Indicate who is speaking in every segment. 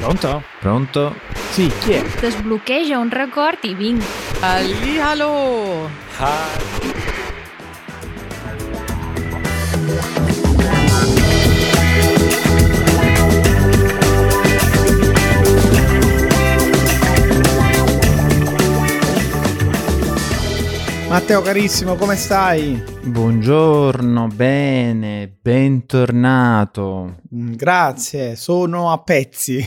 Speaker 1: Pronto?
Speaker 2: Pronto?
Speaker 1: Sì, chi è?
Speaker 3: Desbloqueja un record i vinc.
Speaker 4: Hallihallo!
Speaker 1: Matteo carissimo, come stai?
Speaker 2: Buongiorno, bene, bentornato.
Speaker 1: Grazie, sono a pezzi.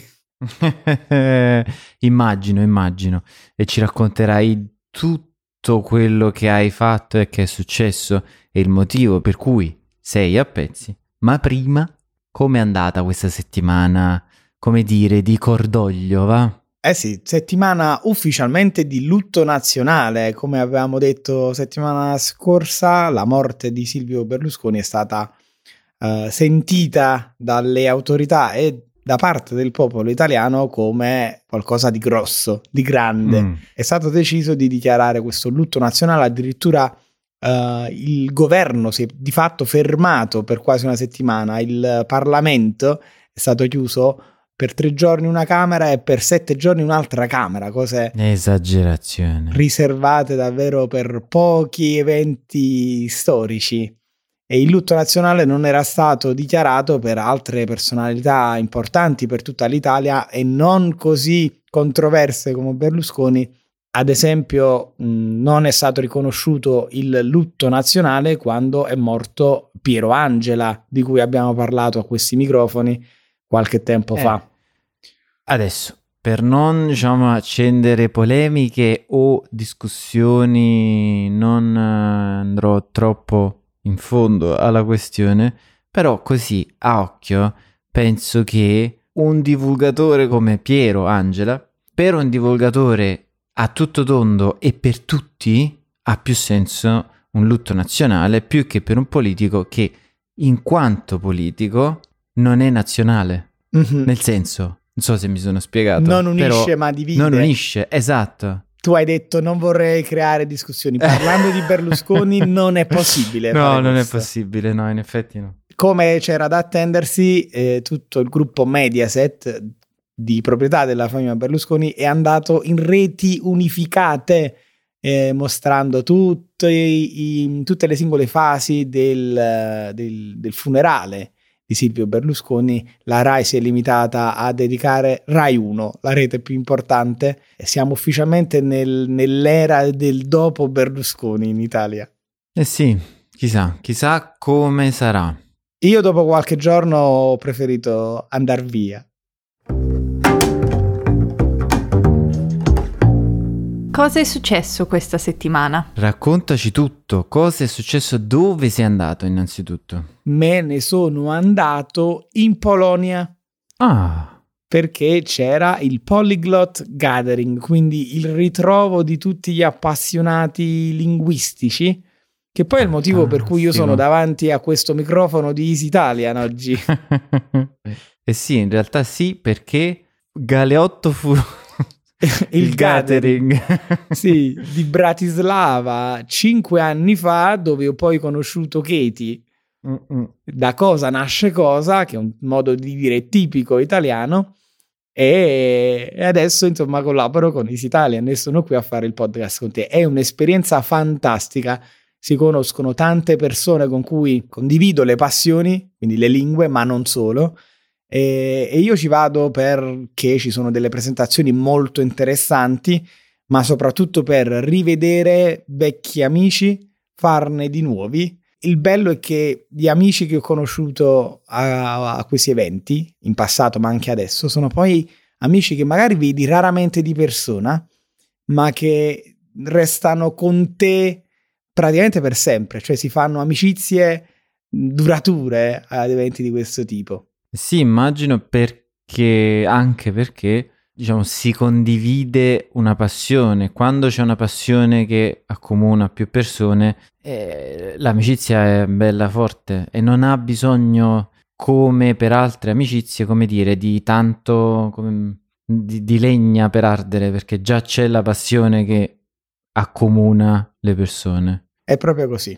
Speaker 2: Immagino. E ci racconterai tutto quello che hai fatto e che è successo e il motivo per cui sei a pezzi. Ma prima, com'è andata questa settimana, come dire, di cordoglio, va?
Speaker 1: Eh sì, settimana ufficialmente di lutto nazionale. Come avevamo detto settimana scorsa, la morte di Silvio Berlusconi è stata sentita dalle autorità e da parte del popolo italiano come qualcosa di grosso, di grande. È stato deciso di dichiarare questo lutto nazionale, addirittura il governo si è di fatto fermato per quasi una settimana, il Parlamento è stato chiuso per 3 giorni una camera e per 7 giorni un'altra camera, cose
Speaker 2: Esagerazione.
Speaker 1: riservate davvero per pochi eventi storici. E il lutto nazionale non era stato dichiarato per altre personalità importanti per tutta l'Italia e non così controverse come Berlusconi. Ad esempio, non è stato riconosciuto il lutto nazionale quando è morto Piero Angela, di cui abbiamo parlato a questi microfoni qualche tempo fa.
Speaker 2: Adesso, per non accendere polemiche o discussioni, non andrò troppo in fondo alla questione, però così a occhio penso che un divulgatore come Piero Angela, per un divulgatore a tutto tondo e per tutti, ha più senso un lutto nazionale più che per un politico che, in quanto politico, non è nazionale. Nel senso, non so se mi sono spiegato.
Speaker 1: Non unisce
Speaker 2: però
Speaker 1: ma divide.
Speaker 2: Non unisce, esatto.
Speaker 1: Tu hai detto non vorrei creare discussioni. Parlando di Berlusconi non è possibile.
Speaker 2: No, non
Speaker 1: questo.
Speaker 2: è possibile, no, in effetti no.
Speaker 1: Come c'era da attendersi, tutto il gruppo Mediaset di proprietà della famiglia Berlusconi è andato in reti unificate, mostrando tutte le singole fasi del funerale di Silvio Berlusconi. La Rai si è limitata a dedicare Rai 1, la rete più importante, e siamo ufficialmente nell'era del dopo Berlusconi in Italia.
Speaker 2: Eh sì, chissà come sarà.
Speaker 1: Io dopo qualche giorno ho preferito andar via.
Speaker 4: Cosa è successo questa settimana?
Speaker 2: Raccontaci tutto, cosa è successo, dove sei andato innanzitutto?
Speaker 1: Me ne sono andato in Polonia. Perché c'era il Polyglot Gathering, quindi il ritrovo di tutti gli appassionati linguistici, che poi è il motivo per cui io sono davanti a questo microfono di Easy Italian oggi.
Speaker 2: Sì, in realtà sì, perché Galeotto fu
Speaker 1: il gathering sì, di Bratislava 5 anni fa, dove ho poi conosciuto Katie. Da cosa nasce cosa, che è un modo di dire tipico italiano, e adesso insomma collaboro con Easy Italian e sono qui a fare il podcast con te. È un'esperienza fantastica, si conoscono tante persone con cui condivido le passioni, quindi le lingue, ma non solo. E io ci vado perché ci sono delle presentazioni molto interessanti, ma soprattutto per rivedere vecchi amici, farne di nuovi. Il bello è che gli amici che ho conosciuto a questi eventi, in passato ma anche adesso, sono poi amici che magari vedi raramente di persona, ma che restano con te praticamente per sempre, cioè si fanno amicizie durature ad eventi di questo tipo.
Speaker 2: Sì, immagino, perché si condivide una passione. Quando c'è una passione che accomuna più persone, l'amicizia è bella forte e non ha bisogno, come per altre amicizie, come dire, di tanto di legna per ardere, perché già c'è la passione che accomuna le persone.
Speaker 1: È proprio così.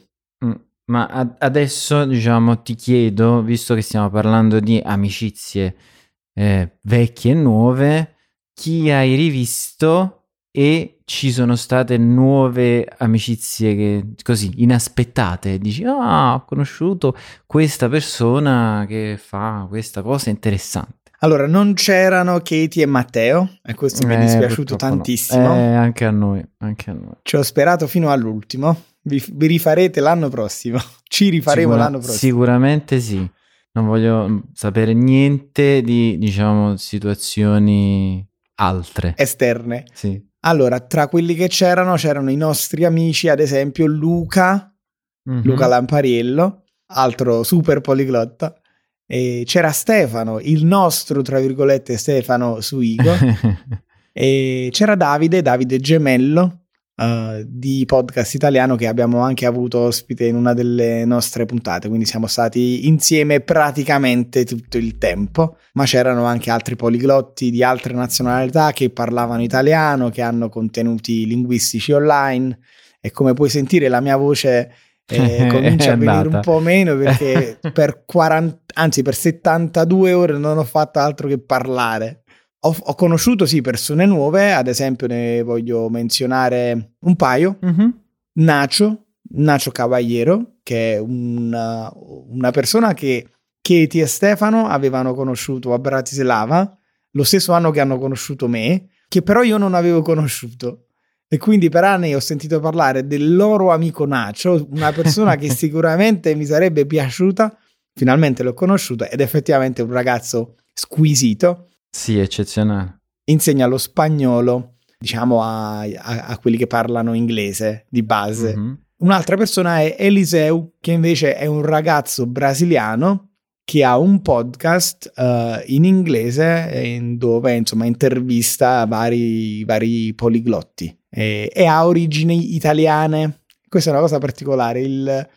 Speaker 2: Ma adesso, ti chiedo, visto che stiamo parlando di amicizie, vecchie e nuove, chi hai rivisto e ci sono state nuove amicizie che così inaspettate, dici ho conosciuto questa persona che fa questa cosa interessante.
Speaker 1: Allora, non c'erano Katie e Matteo e questo mi è dispiaciuto tantissimo.
Speaker 2: No. Anche a noi.
Speaker 1: Ci ho sperato fino all'ultimo. Vi rifarete l'anno prossimo. Ci rifaremo l'anno prossimo.
Speaker 2: Sicuramente sì. Non voglio sapere niente di, diciamo, situazioni altre.
Speaker 1: Esterne.
Speaker 2: Sì.
Speaker 1: Allora, tra quelli che c'erano i nostri amici, ad esempio Luca Lampariello, altro super poliglotta. E c'era Stefano, il nostro, tra virgolette, Stefano Suigo. E c'era Davide Gemello, di Podcast Italiano, che abbiamo anche avuto ospite in una delle nostre puntate, quindi siamo stati insieme praticamente tutto il tempo. Ma c'erano anche altri poliglotti di altre nazionalità che parlavano italiano, che hanno contenuti linguistici online, e come puoi sentire la mia voce comincia a venire un po' meno, perché per 72 ore non ho fatto altro che parlare. Ho conosciuto persone nuove, ad esempio ne voglio menzionare un paio. Nacho Caballero, che è una persona che Katie e Stefano avevano conosciuto a Bratislava lo stesso anno che hanno conosciuto me, che però io non avevo conosciuto, e quindi per anni ho sentito parlare del loro amico Nacho, una persona che sicuramente mi sarebbe piaciuta. Finalmente l'ho conosciuto ed effettivamente è un ragazzo squisito.
Speaker 2: Sì, eccezionale.
Speaker 1: Insegna lo spagnolo, diciamo, a quelli che parlano inglese di base. Un'altra persona è Eliseu, che invece è un ragazzo brasiliano che ha un podcast in inglese dove insomma intervista vari poliglotti e ha origini italiane. Questa è una cosa particolare. Il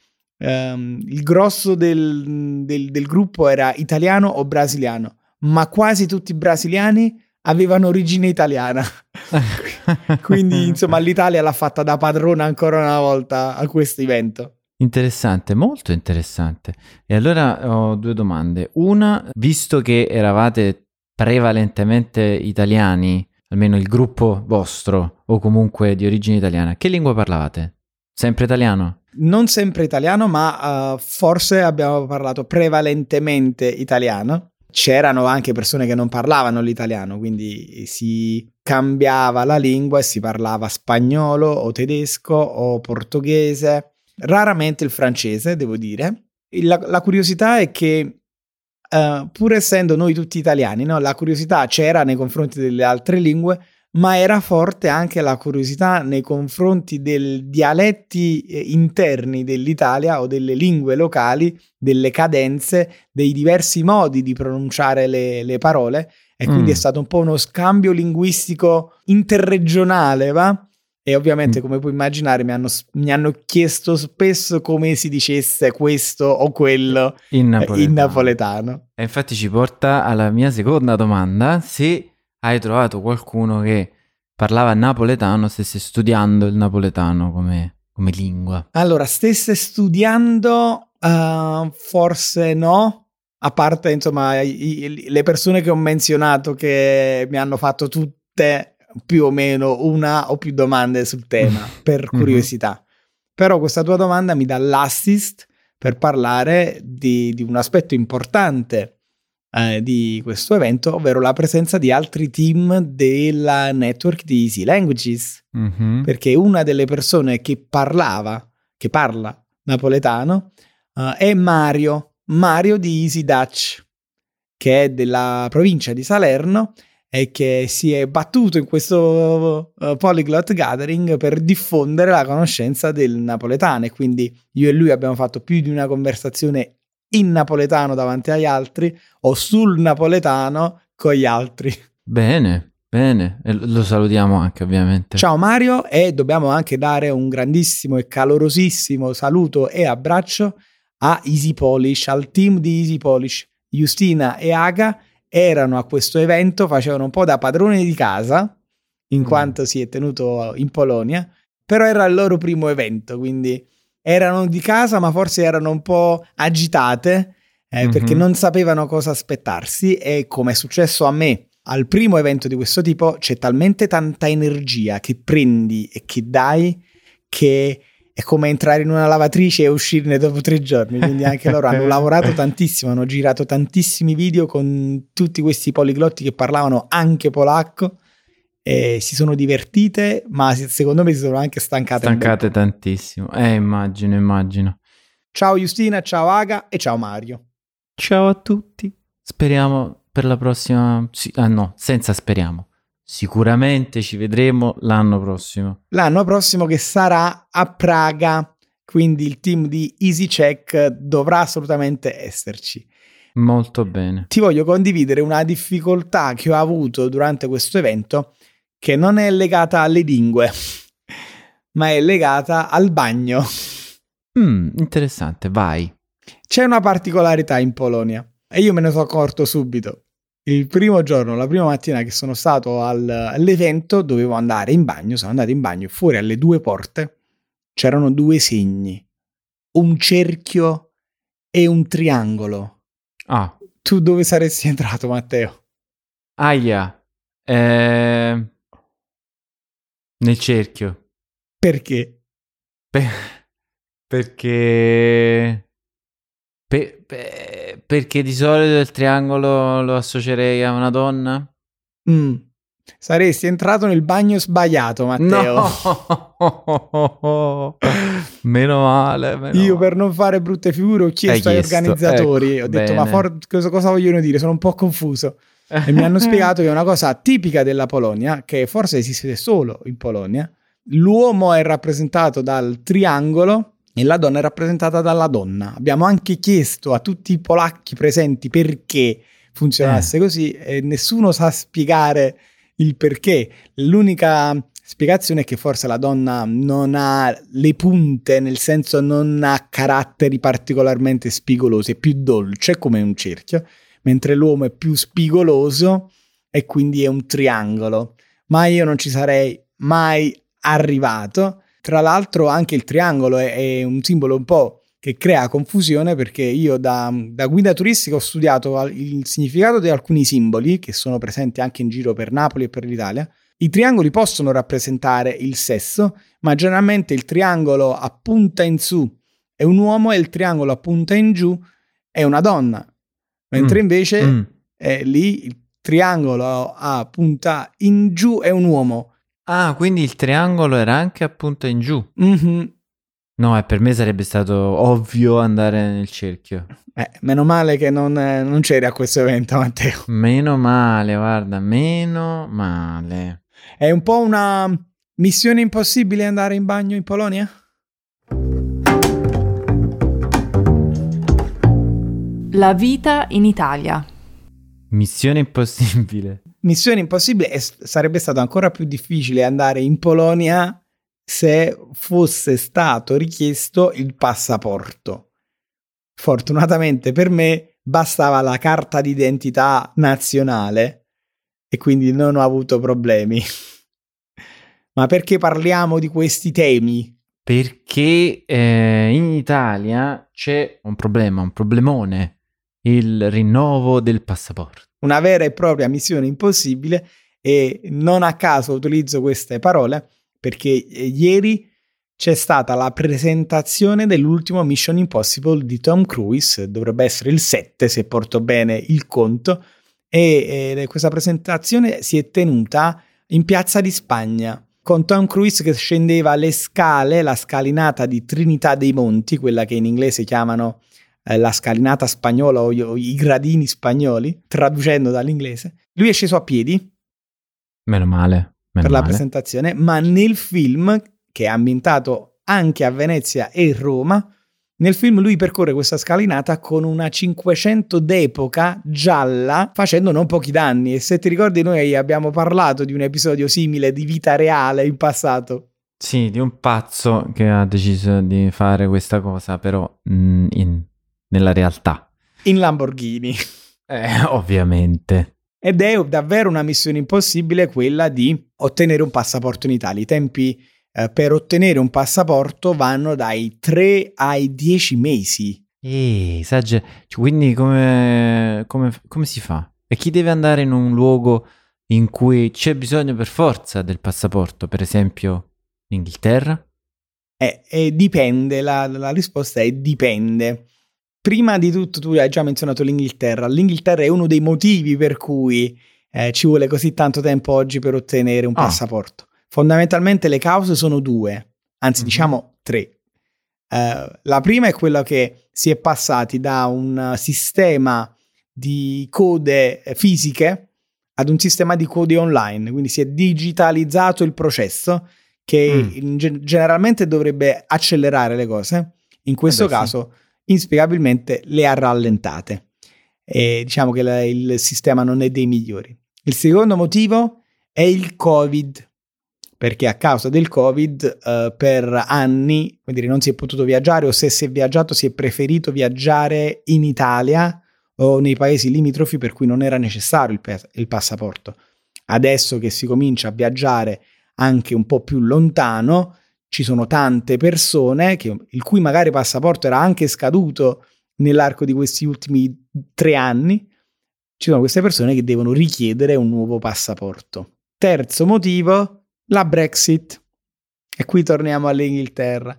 Speaker 1: grosso del gruppo era italiano o brasiliano, ma quasi tutti i brasiliani avevano origine italiana. Quindi insomma l'Italia l'ha fatta da padrona ancora una volta a questo evento.
Speaker 2: Interessante, molto interessante. E allora ho due domande. Una, visto che eravate prevalentemente italiani, almeno il gruppo vostro, o comunque di origine italiana, che lingua parlavate? Sempre italiano?
Speaker 1: Non sempre italiano, ma forse abbiamo parlato prevalentemente italiano. C'erano anche persone che non parlavano l'italiano, quindi si cambiava la lingua e si parlava spagnolo o tedesco o portoghese, raramente il francese, devo dire. La curiosità è che pur essendo noi tutti italiani, no, la curiosità c'era nei confronti delle altre lingue, ma era forte anche la curiosità nei confronti dei dialetti interni dell'Italia o delle lingue locali, delle cadenze, dei diversi modi di pronunciare le parole, e quindi è stato un po' uno scambio linguistico interregionale, va? E ovviamente, come puoi immaginare, mi hanno chiesto spesso come si dicesse questo o quello in napoletano.
Speaker 2: E infatti ci porta alla mia seconda domanda: se hai trovato qualcuno che parlava napoletano, stesse studiando il napoletano come lingua? Allora,
Speaker 1: stesse studiando, forse no, a parte insomma le persone che ho menzionato che mi hanno fatto tutte più o meno una o più domande sul tema per curiosità. Però questa tua domanda mi dà l'assist per parlare di un aspetto importante di questo evento, ovvero la presenza di altri team della network di Easy Languages, perché una delle persone che parla napoletano è Mario di Easy Dutch, che è della provincia di Salerno e che si è battuto in questo Polyglot Gathering per diffondere la conoscenza del napoletano, e quindi io e lui abbiamo fatto più di una conversazione in napoletano davanti agli altri o sul napoletano con gli altri.
Speaker 2: Bene, e lo salutiamo anche ovviamente.
Speaker 1: Ciao Mario, e dobbiamo anche dare un grandissimo e calorosissimo saluto e abbraccio a Easy Polish, al team di Easy Polish. Justina e Aga erano a questo evento, facevano un po' da padroni di casa, in quanto si è tenuto in Polonia, però era il loro primo evento, quindi erano di casa, ma forse erano un po' agitate perché non sapevano cosa aspettarsi, e come è successo a me al primo evento di questo tipo, c'è talmente tanta energia che prendi e che dai che è come entrare in una lavatrice e uscirne dopo 3 giorni. Quindi anche loro hanno lavorato tantissimo, hanno girato tantissimi video con tutti questi poliglotti che parlavano anche polacco e si sono divertite, ma secondo me si sono anche stancate
Speaker 2: tantissimo. Immagino.
Speaker 1: Ciao Justina, ciao Aga e ciao Mario.
Speaker 2: Ciao a tutti. Speriamo per la prossima... senza speriamo. Sicuramente ci vedremo l'anno prossimo.
Speaker 1: L'anno prossimo, che sarà a Praga, quindi il team di EasyCheck dovrà assolutamente esserci.
Speaker 2: Molto bene.
Speaker 1: Ti voglio condividere una difficoltà che ho avuto durante questo evento, che non è legata alle lingue, ma è legata al bagno.
Speaker 2: Interessante, vai.
Speaker 1: C'è una particolarità in Polonia e io me ne sono accorto subito. Il primo giorno, la prima mattina che sono stato all'evento, dovevo andare in bagno, sono andato in bagno, fuori alle 2 porte c'erano 2 segni, un cerchio e un triangolo.
Speaker 2: Ah.
Speaker 1: Tu dove saresti entrato, Matteo?
Speaker 2: Aia. Nel cerchio.
Speaker 1: Perché?
Speaker 2: Perché di solito il triangolo lo associerei a una donna?
Speaker 1: Saresti entrato nel bagno sbagliato, Matteo.
Speaker 2: No! Meno male.
Speaker 1: Io per non fare brutte figure ho chiesto agli organizzatori,
Speaker 2: ecco,
Speaker 1: ho detto
Speaker 2: bene.
Speaker 1: ma cosa vogliono dire? Sono un po' confuso. E mi hanno spiegato che è una cosa tipica della Polonia, che forse esiste solo in Polonia. L'uomo è rappresentato dal triangolo e la donna è rappresentata dalla donna. Abbiamo anche chiesto a tutti i polacchi presenti perché funzionasse così e nessuno sa spiegare il perché. L'unica spiegazione è che forse la donna non ha le punte, nel senso non ha caratteri particolarmente spigolosi, è più dolce come un cerchio, mentre l'uomo è più spigoloso e quindi è un triangolo. Ma io non ci sarei mai arrivato. Tra l'altro anche il triangolo è un simbolo un po' che crea confusione, perché io da guida turistica ho studiato il significato di alcuni simboli che sono presenti anche in giro per Napoli e per l'Italia. I triangoli possono rappresentare il sesso, ma generalmente il triangolo a punta in su è un uomo e il triangolo a punta in giù è una donna, mentre invece lì il triangolo a punta in giù è un uomo.
Speaker 2: Ah, quindi il triangolo era anche a punta in giù. No, per me sarebbe stato ovvio andare nel cerchio.
Speaker 1: Meno male che non c'eri a questo evento, Matteo.
Speaker 2: Meno male, guarda, meno male.
Speaker 1: È un po' una missione impossibile andare in bagno in Polonia?
Speaker 4: La vita in Italia.
Speaker 2: Missione impossibile.
Speaker 1: Missione impossibile, e sarebbe stato ancora più difficile andare in Polonia se fosse stato richiesto il passaporto. Fortunatamente per me bastava la carta d'identità nazionale e quindi non ho avuto problemi. Ma perché parliamo di questi temi?
Speaker 2: Perché in Italia c'è un problemone, il rinnovo del passaporto.
Speaker 1: Una vera e propria missione impossibile, e non a caso utilizzo queste parole perché ieri c'è stata la presentazione dell'ultimo Mission Impossible di Tom Cruise, dovrebbe essere il 7 se porto bene il conto, e questa presentazione si è tenuta in Piazza di Spagna con Tom Cruise che scendeva le scale, la scalinata di Trinità dei Monti, quella che in inglese chiamano la scalinata spagnola o i gradini spagnoli, traducendo dall'inglese. Lui è sceso a piedi.
Speaker 2: Meno male.
Speaker 1: Per la presentazione, ma nel film, che è ambientato anche a Venezia e Roma, nel film lui percorre questa scalinata con una 500 d'epoca gialla, facendo non pochi danni. E se ti ricordi, noi abbiamo parlato di un episodio simile di vita reale in passato.
Speaker 2: Sì, di un pazzo che ha deciso di fare questa cosa, però nella realtà.
Speaker 1: In Lamborghini.
Speaker 2: Ovviamente.
Speaker 1: Ed è davvero una missione impossibile quella di ottenere un passaporto in Italia. I tempi per ottenere un passaporto vanno dai 3 ai 10 mesi.
Speaker 2: Quindi come si fa? E chi deve andare in un luogo in cui c'è bisogno per forza del passaporto, per esempio l'Inghilterra?
Speaker 1: Dipende, la risposta è dipende. Prima di tutto tu hai già menzionato l'Inghilterra. L'Inghilterra è uno dei motivi per cui ci vuole così tanto tempo oggi per ottenere un passaporto. Fondamentalmente le cause sono due, anzi diciamo tre. La prima è quella che si è passati da un sistema di code fisiche ad un sistema di code online, quindi si è digitalizzato il processo che generalmente dovrebbe accelerare le cose, in questo caso inspiegabilmente le ha rallentate. E diciamo che il sistema non è dei migliori. Il secondo motivo è il Covid, perché a causa del Covid per anni, come dire, non si è potuto viaggiare, o se si è viaggiato si è preferito viaggiare in Italia o nei paesi limitrofi, per cui non era necessario il passaporto. Adesso che si comincia a viaggiare anche un po' più lontano, ci sono tante persone il cui magari passaporto era anche scaduto nell'arco di questi ultimi 3 anni. Ci sono queste persone che devono richiedere un nuovo passaporto. Terzo motivo, la Brexit. E qui torniamo all'Inghilterra.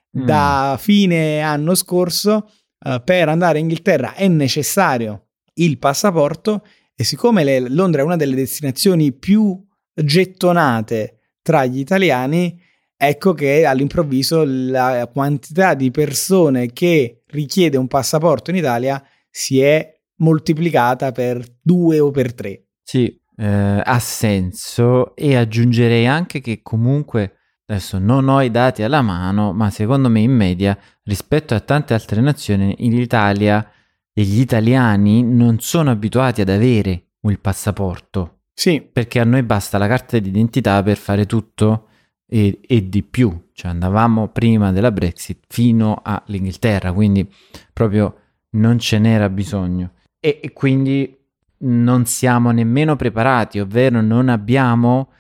Speaker 1: Da fine anno scorso per andare in Inghilterra è necessario il passaporto, e siccome Londra è una delle destinazioni più gettonate tra gli italiani, ecco che all'improvviso la quantità di persone che richiede un passaporto in Italia si è moltiplicata per 2 o per 3.
Speaker 2: Sì, ha senso, e aggiungerei anche che comunque, adesso non ho i dati alla mano, ma secondo me in media rispetto a tante altre nazioni, in Italia gli italiani non sono abituati ad avere il passaporto.
Speaker 1: Sì.
Speaker 2: Perché a noi basta la carta d'identità per fare tutto e di più. Cioè andavamo prima della Brexit fino all'Inghilterra, quindi proprio non ce n'era bisogno. E quindi non siamo nemmeno preparati, ovvero non abbiamo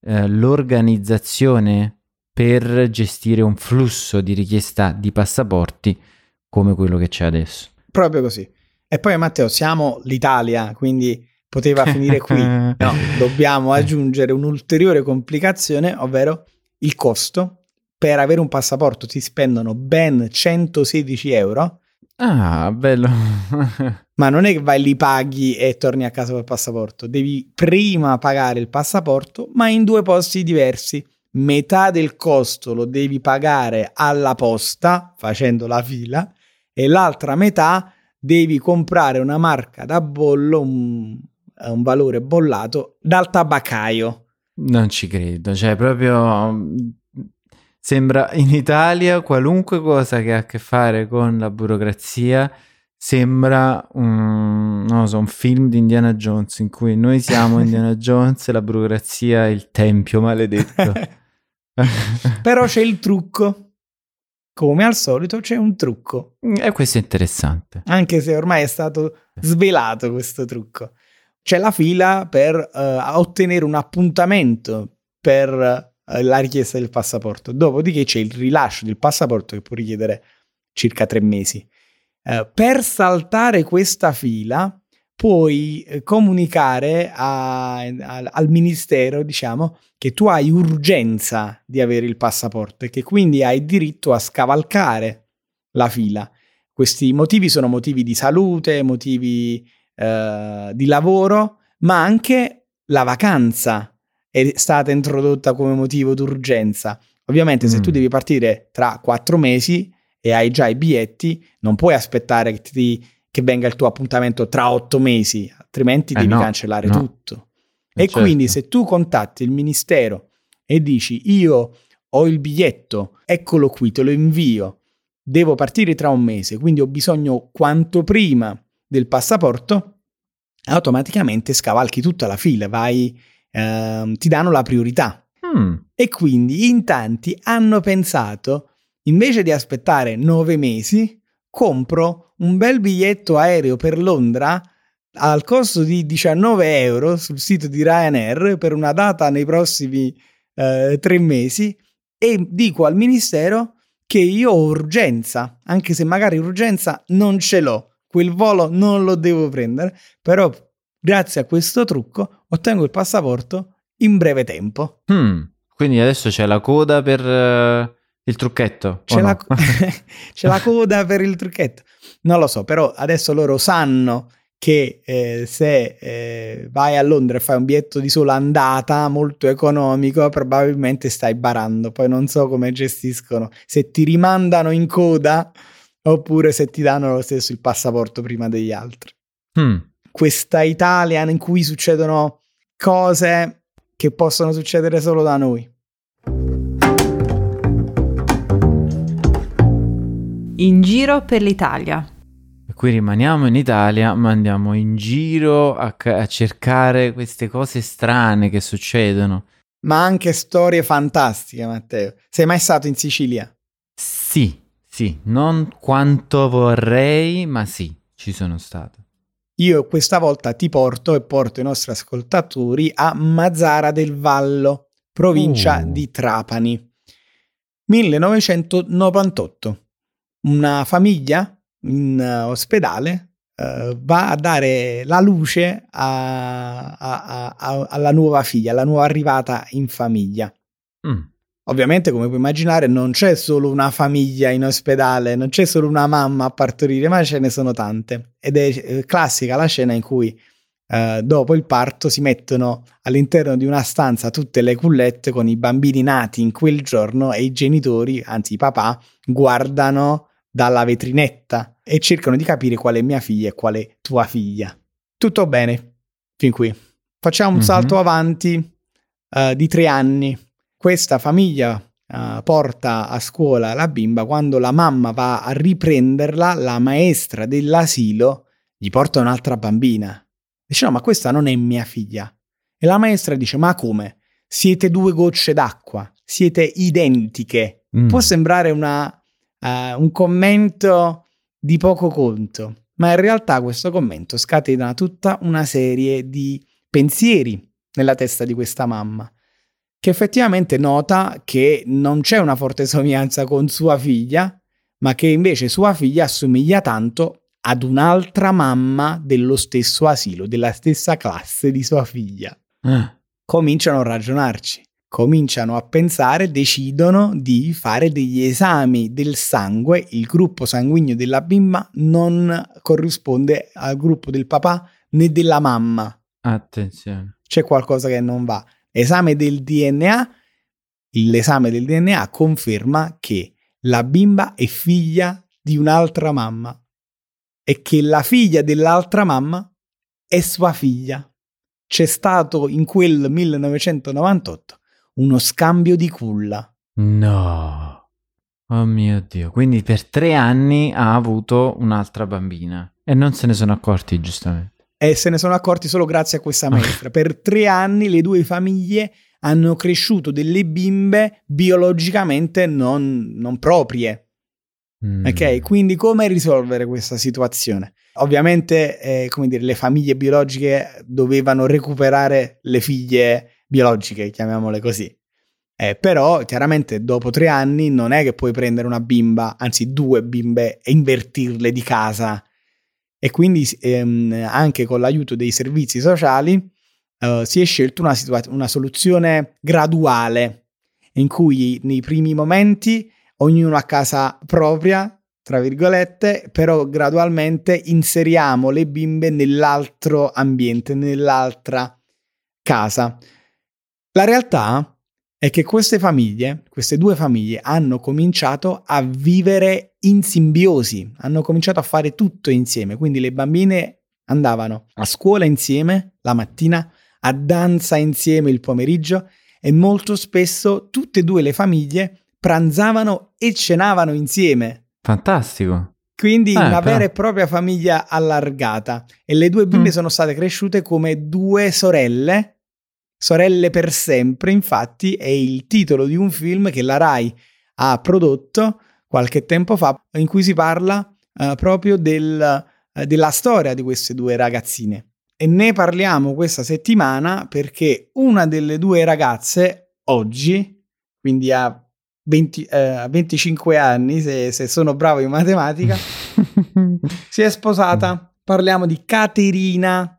Speaker 2: l'organizzazione per gestire un flusso di richiesta di passaporti come quello che c'è adesso.
Speaker 1: Proprio così. E poi Matteo, siamo l'Italia, quindi poteva finire qui. No, dobbiamo aggiungere un'ulteriore complicazione, ovvero il costo. Per avere un passaporto ti spendono ben 116 euro.
Speaker 2: Ah, bello.
Speaker 1: Ma non è che vai lì, paghi e torni a casa col passaporto. Devi prima pagare il passaporto, ma in 2 posti diversi. Metà del costo lo devi pagare alla posta, facendo la fila, e l'altra metà devi comprare una marca da bollo, un valore bollato, dal tabaccaio.
Speaker 2: Non ci credo, cioè proprio sembra in Italia qualunque cosa che ha a che fare con la burocrazia sembra un film di Indiana Jones, in cui noi siamo Indiana Jones e la burocrazia è il tempio maledetto.
Speaker 1: Però c'è il trucco. Come al solito c'è un trucco.
Speaker 2: E questo è interessante.
Speaker 1: Anche se ormai è stato svelato questo trucco. C'è la fila per ottenere un appuntamento per la richiesta del passaporto. Dopodiché c'è il rilascio del passaporto, che può richiedere circa 3 mesi. Per saltare questa fila puoi comunicare al ministero, diciamo, che tu hai urgenza di avere il passaporto e che quindi hai diritto a scavalcare la fila. Questi motivi sono motivi di salute, motivi di lavoro, ma anche la vacanza è stata introdotta come motivo d'urgenza. Ovviamente se tu devi partire tra 4 mesi e hai già i biglietti, non puoi aspettare che venga il tuo appuntamento tra 8 mesi, altrimenti devi cancellare tutto. E certo. Quindi se tu contatti il ministero e dici io ho il biglietto, eccolo qui, te lo invio, devo partire tra 1 mese, quindi ho bisogno quanto prima del passaporto, automaticamente scavalchi tutta la fila, vai, ti danno la priorità. E quindi in tanti hanno pensato, invece di aspettare 9 mesi, compro un bel biglietto aereo per Londra al costo di 19 euro sul sito di Ryanair per una data nei prossimi 3 mesi e dico al ministero che io ho urgenza, anche se magari urgenza non ce l'ho, quel volo non lo devo prendere, però grazie a questo trucco ottengo il passaporto in breve tempo.
Speaker 2: Quindi adesso c'è la coda per il trucchetto?
Speaker 1: C'è la coda per il trucchetto. Non lo so, però adesso loro sanno che se vai a Londra e fai un biglietto di sola andata molto economico, probabilmente stai barando. Poi non so come gestiscono, se ti rimandano in coda oppure se ti danno lo stesso il passaporto prima degli altri. Questa Italia in cui succedono cose che possono succedere solo da noi.
Speaker 4: In giro per l'Italia.
Speaker 2: Qui rimaniamo in Italia, ma andiamo in giro a cercare queste cose strane che succedono.
Speaker 1: Ma anche storie fantastiche, Matteo. Sei mai stato in Sicilia?
Speaker 2: Sì, non quanto vorrei, ma sì, ci sono stato.
Speaker 1: Io questa volta ti porto e porto i nostri ascoltatori a Mazara del Vallo, provincia di Trapani. 1998. Una famiglia in ospedale va a dare la luce alla nuova figlia, alla nuova arrivata in famiglia. Ovviamente, come puoi immaginare, non c'è solo una famiglia in ospedale, non c'è solo una mamma a partorire, ma ce ne sono tante. Ed è classica la scena in cui dopo il parto si mettono all'interno di una stanza tutte le cullette con i bambini nati in quel giorno e i genitori, anzi i papà, guardano dalla vetrinetta e cercano di capire qual è mia figlia e qual è tua figlia. Tutto bene fin qui. Facciamo un salto avanti di 3 anni. Questa famiglia porta a scuola la bimba. Quando la mamma va a riprenderla, la maestra dell'asilo gli porta un'altra bambina. Dice: no, ma questa non è mia figlia. E la maestra dice: ma come? Siete 2 gocce d'acqua, siete identiche. Può sembrare un commento di poco conto, ma in realtà questo commento scatena tutta una serie di pensieri nella testa di questa mamma, che effettivamente nota che non c'è una forte somiglianza con sua figlia, ma che invece sua figlia assomiglia tanto ad un'altra mamma dello stesso asilo, della stessa classe di sua figlia. Cominciano a ragionarci. Cominciano a pensare, decidono di fare degli esami del sangue. Il gruppo sanguigno della bimba non corrisponde al gruppo del papà né della mamma.
Speaker 2: Attenzione.
Speaker 1: C'è qualcosa che non va. L'esame del DNA conferma che la bimba è figlia di un'altra mamma e che la figlia dell'altra mamma è sua figlia. C'è stato in quel 1998 uno scambio di culla.
Speaker 2: No. Oh mio Dio. Quindi per 3 anni ha avuto un'altra bambina. E non se ne sono accorti, giustamente.
Speaker 1: E se ne sono accorti solo grazie a questa maestra. Per 3 anni le 2 famiglie hanno cresciuto delle bimbe biologicamente non proprie. Ok? Quindi come risolvere questa situazione? Ovviamente, le famiglie biologiche dovevano recuperare le figlie biologiche, chiamiamole così. Però chiaramente dopo 3 anni non è che puoi prendere una bimba, anzi 2 bimbe, e invertirle di casa. E quindi anche con l'aiuto dei servizi sociali si è scelto una soluzione graduale, in cui nei primi momenti ognuno a casa propria, tra virgolette, però gradualmente inseriamo le bimbe nell'altro ambiente, nell'altra casa. La realtà è che queste 2 famiglie, hanno cominciato a vivere in simbiosi, hanno cominciato a fare tutto insieme. Quindi le bambine andavano a scuola insieme la mattina, a danza insieme il pomeriggio, e molto spesso tutte e 2 le famiglie pranzavano e cenavano insieme.
Speaker 2: Fantastico.
Speaker 1: Quindi una vera e propria famiglia allargata. E le 2 bimbe sono state cresciute come 2 sorelle per sempre. Infatti è il titolo di un film che la Rai ha prodotto qualche tempo fa, in cui si parla proprio della storia di queste 2 ragazzine. E ne parliamo questa settimana perché una delle 2 ragazze oggi, quindi a 25 anni, se sono bravo in matematica, si è sposata. Parliamo di Caterina,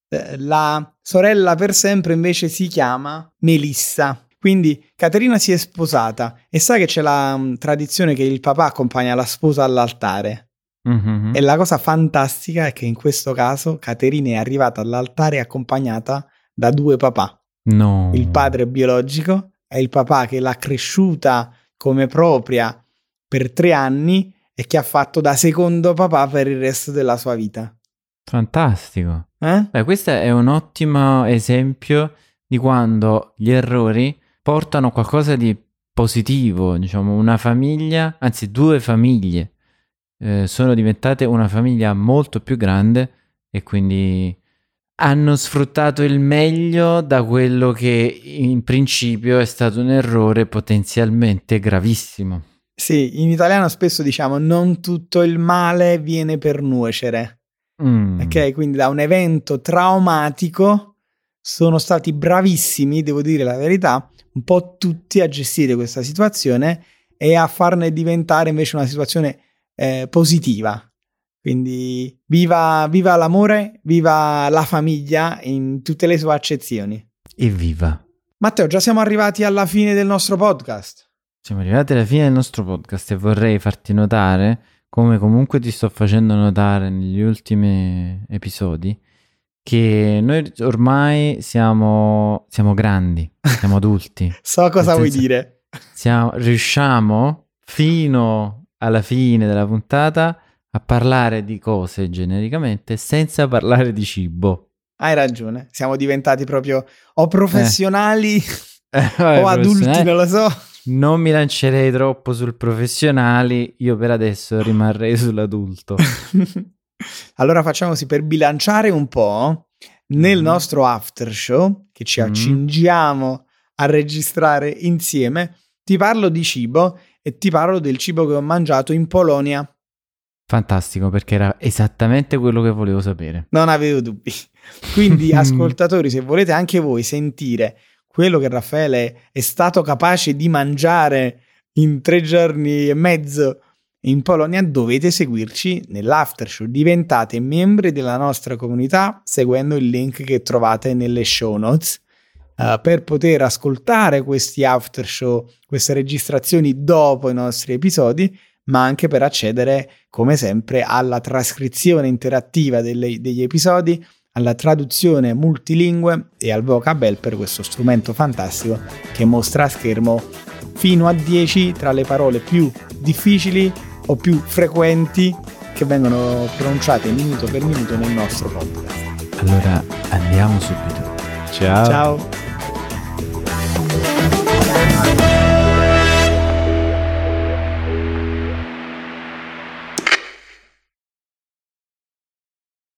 Speaker 1: la sorella per sempre invece si chiama Melissa. Quindi Caterina si è sposata e sai che c'è la tradizione che il papà accompagna la sposa all'altare. E la cosa fantastica è che in questo caso Caterina è arrivata all'altare accompagnata da 2 papà.
Speaker 2: No.
Speaker 1: Il padre biologico è il papà che l'ha cresciuta come propria per 3 anni e che ha fatto da secondo papà per il resto della sua vita.
Speaker 2: Fantastico. Questo è un ottimo esempio di quando gli errori portano qualcosa di positivo, diciamo una famiglia, anzi 2 famiglie sono diventate una famiglia molto più grande e quindi hanno sfruttato il meglio da quello che in principio è stato un errore potenzialmente gravissimo.
Speaker 1: Sì, in italiano spesso diciamo non tutto il male viene per nuocere. Ok, quindi da un evento traumatico sono stati bravissimi, devo dire la verità, un po' tutti a gestire questa situazione e a farne diventare invece una situazione positiva. Quindi viva l'amore, viva la famiglia in tutte le sue accezioni.
Speaker 2: Evviva!
Speaker 1: Matteo, già siamo arrivati alla fine del nostro podcast.
Speaker 2: Siamo arrivati alla fine del nostro podcast e vorrei farti notare, come comunque ti sto facendo notare negli ultimi episodi, che noi ormai siamo grandi, siamo adulti.
Speaker 1: So cosa vuoi dire.
Speaker 2: Riusciamo fino alla fine della puntata a parlare di cose genericamente senza parlare di cibo.
Speaker 1: Hai ragione, siamo diventati proprio o professionali
Speaker 2: vabbè,
Speaker 1: o adulti, non lo so.
Speaker 2: Non mi lancerei troppo sul professionali, io per adesso rimarrei sull'adulto.
Speaker 1: Allora facciamo così, per bilanciare un po', nel nostro after show, che ci accingiamo a registrare insieme, ti parlo di cibo e ti parlo del cibo che ho mangiato in Polonia.
Speaker 2: Fantastico, perché era esattamente quello che volevo sapere.
Speaker 1: Non avevo dubbi. Quindi, ascoltatori, se volete anche voi sentire quello che Raffaele è stato capace di mangiare in 3 giorni e mezzo in Polonia, dovete seguirci nell'after show. Diventate membri della nostra comunità seguendo il link che trovate nelle show notes per poter ascoltare questi after show, queste registrazioni dopo i nostri episodi, ma anche per accedere, come sempre, alla trascrizione interattiva degli episodi, alla traduzione multilingue e al vocab per questo strumento fantastico che mostra a schermo fino a 10 tra le parole più difficili o più frequenti che vengono pronunciate minuto per minuto nel nostro podcast.
Speaker 2: Allora andiamo subito. Ciao.
Speaker 1: Ciao.